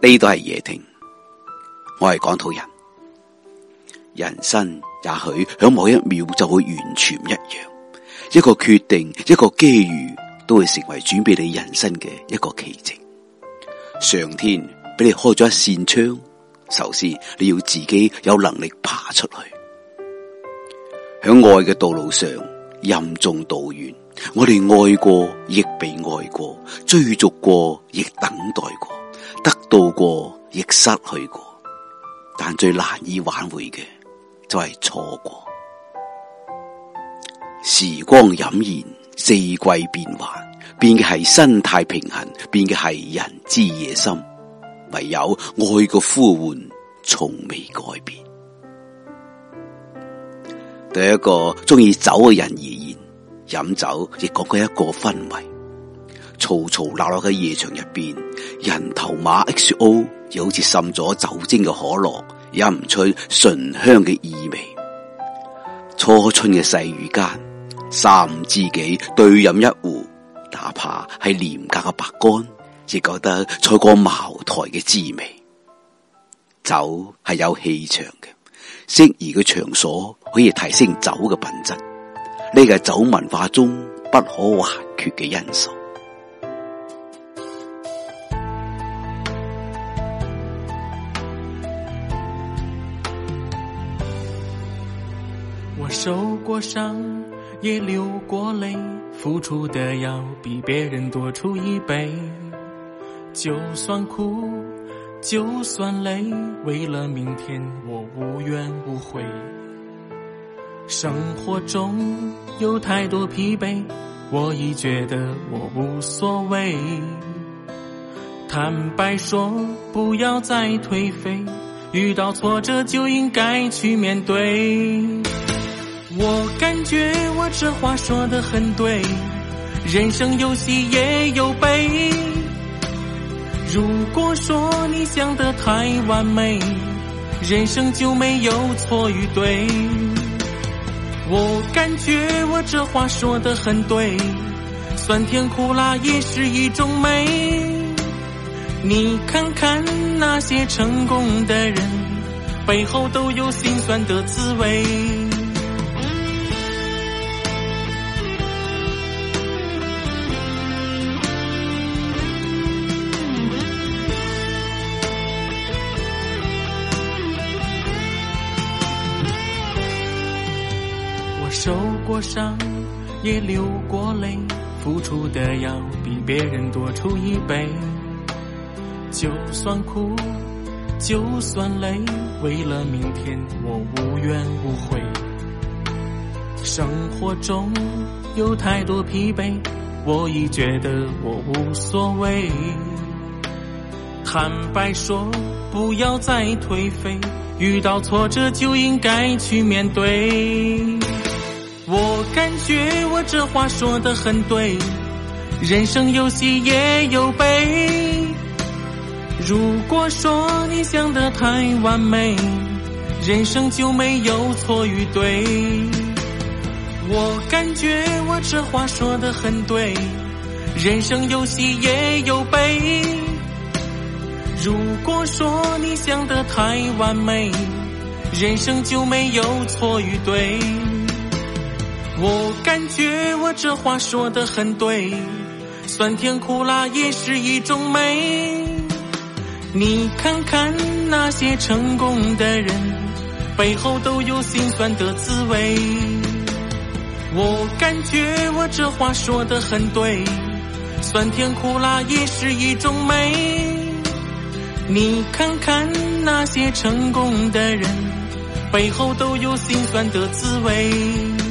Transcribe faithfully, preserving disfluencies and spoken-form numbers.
呢度係夜聽，我係港土人。人生也許響某一秒就會完全唔一樣，一個決定，一個機遇，都會成為轉變你人生嘅一個奇蹟。上天俾你開咗一扇窗，首先你要自己有能力爬出去。響愛嘅道路上，任重道遠，我哋愛過，亦被愛過，追逐過，亦等待過，得到過，亦失去過，但最難以挽回嘅就係錯過。時光荏苒，四季變幻，變嘅係生態平衡，變嘅係人之野心，唯有愛嘅呼喚從未改變。對一個中意酒嘅人而言，飲酒亦講佢一個氛圍。嘈嘈鬧鬧嘅夜場入邊，人頭馬 X O 又好似滲咗酒精嘅可樂，飲唔出醇香嘅意味。初春嘅細雨間，三五知己對飲一壺，哪怕係廉價嘅白乾，亦覺得賽過茅台嘅滋味。酒係有氣場嘅，適宜嘅場所可以提升酒嘅品質，呢個係酒文化中不可或缺嘅因素。 我受過傷，也流過淚，付出的要比別人多出一倍。就算苦，就算累，為了明天我無怨無悔。生活中有太多疲憊，我已覺得我無所謂。坦白說，不要再頹廢，遇到挫折就應該去面對。我感覺我這話說得很對，人生有喜也有悲。如果說你想得太完美，人生就沒有錯與對。我感覺我這話說得很對，酸甜苦辣也是一種美。你看看那些成功的人，背後都有辛酸的滋味。受過傷，也流過淚，付出的要比別人多出一倍。就算苦，就算累，為了明天我無怨無悔。生活中有太多疲憊，我已覺得我無所謂。坦白說，不要再頹廢，遇到挫折就應該去面對。我感覺我這話說得很對，人生有喜也有悲。如果說你想得太完美，人生就沒有錯與對。我感覺我這話說得很對，人生有喜也有悲。如果說你想得太完美，人生就沒有錯與對。我感覺我這話說得很對，酸甜苦辣也是一種美。你看看那些成功的人，背後都有辛酸的滋味。我感覺我這話說得很對，酸甜苦辣也是一種美。你看看那些成功的人，背後都有辛酸的滋味。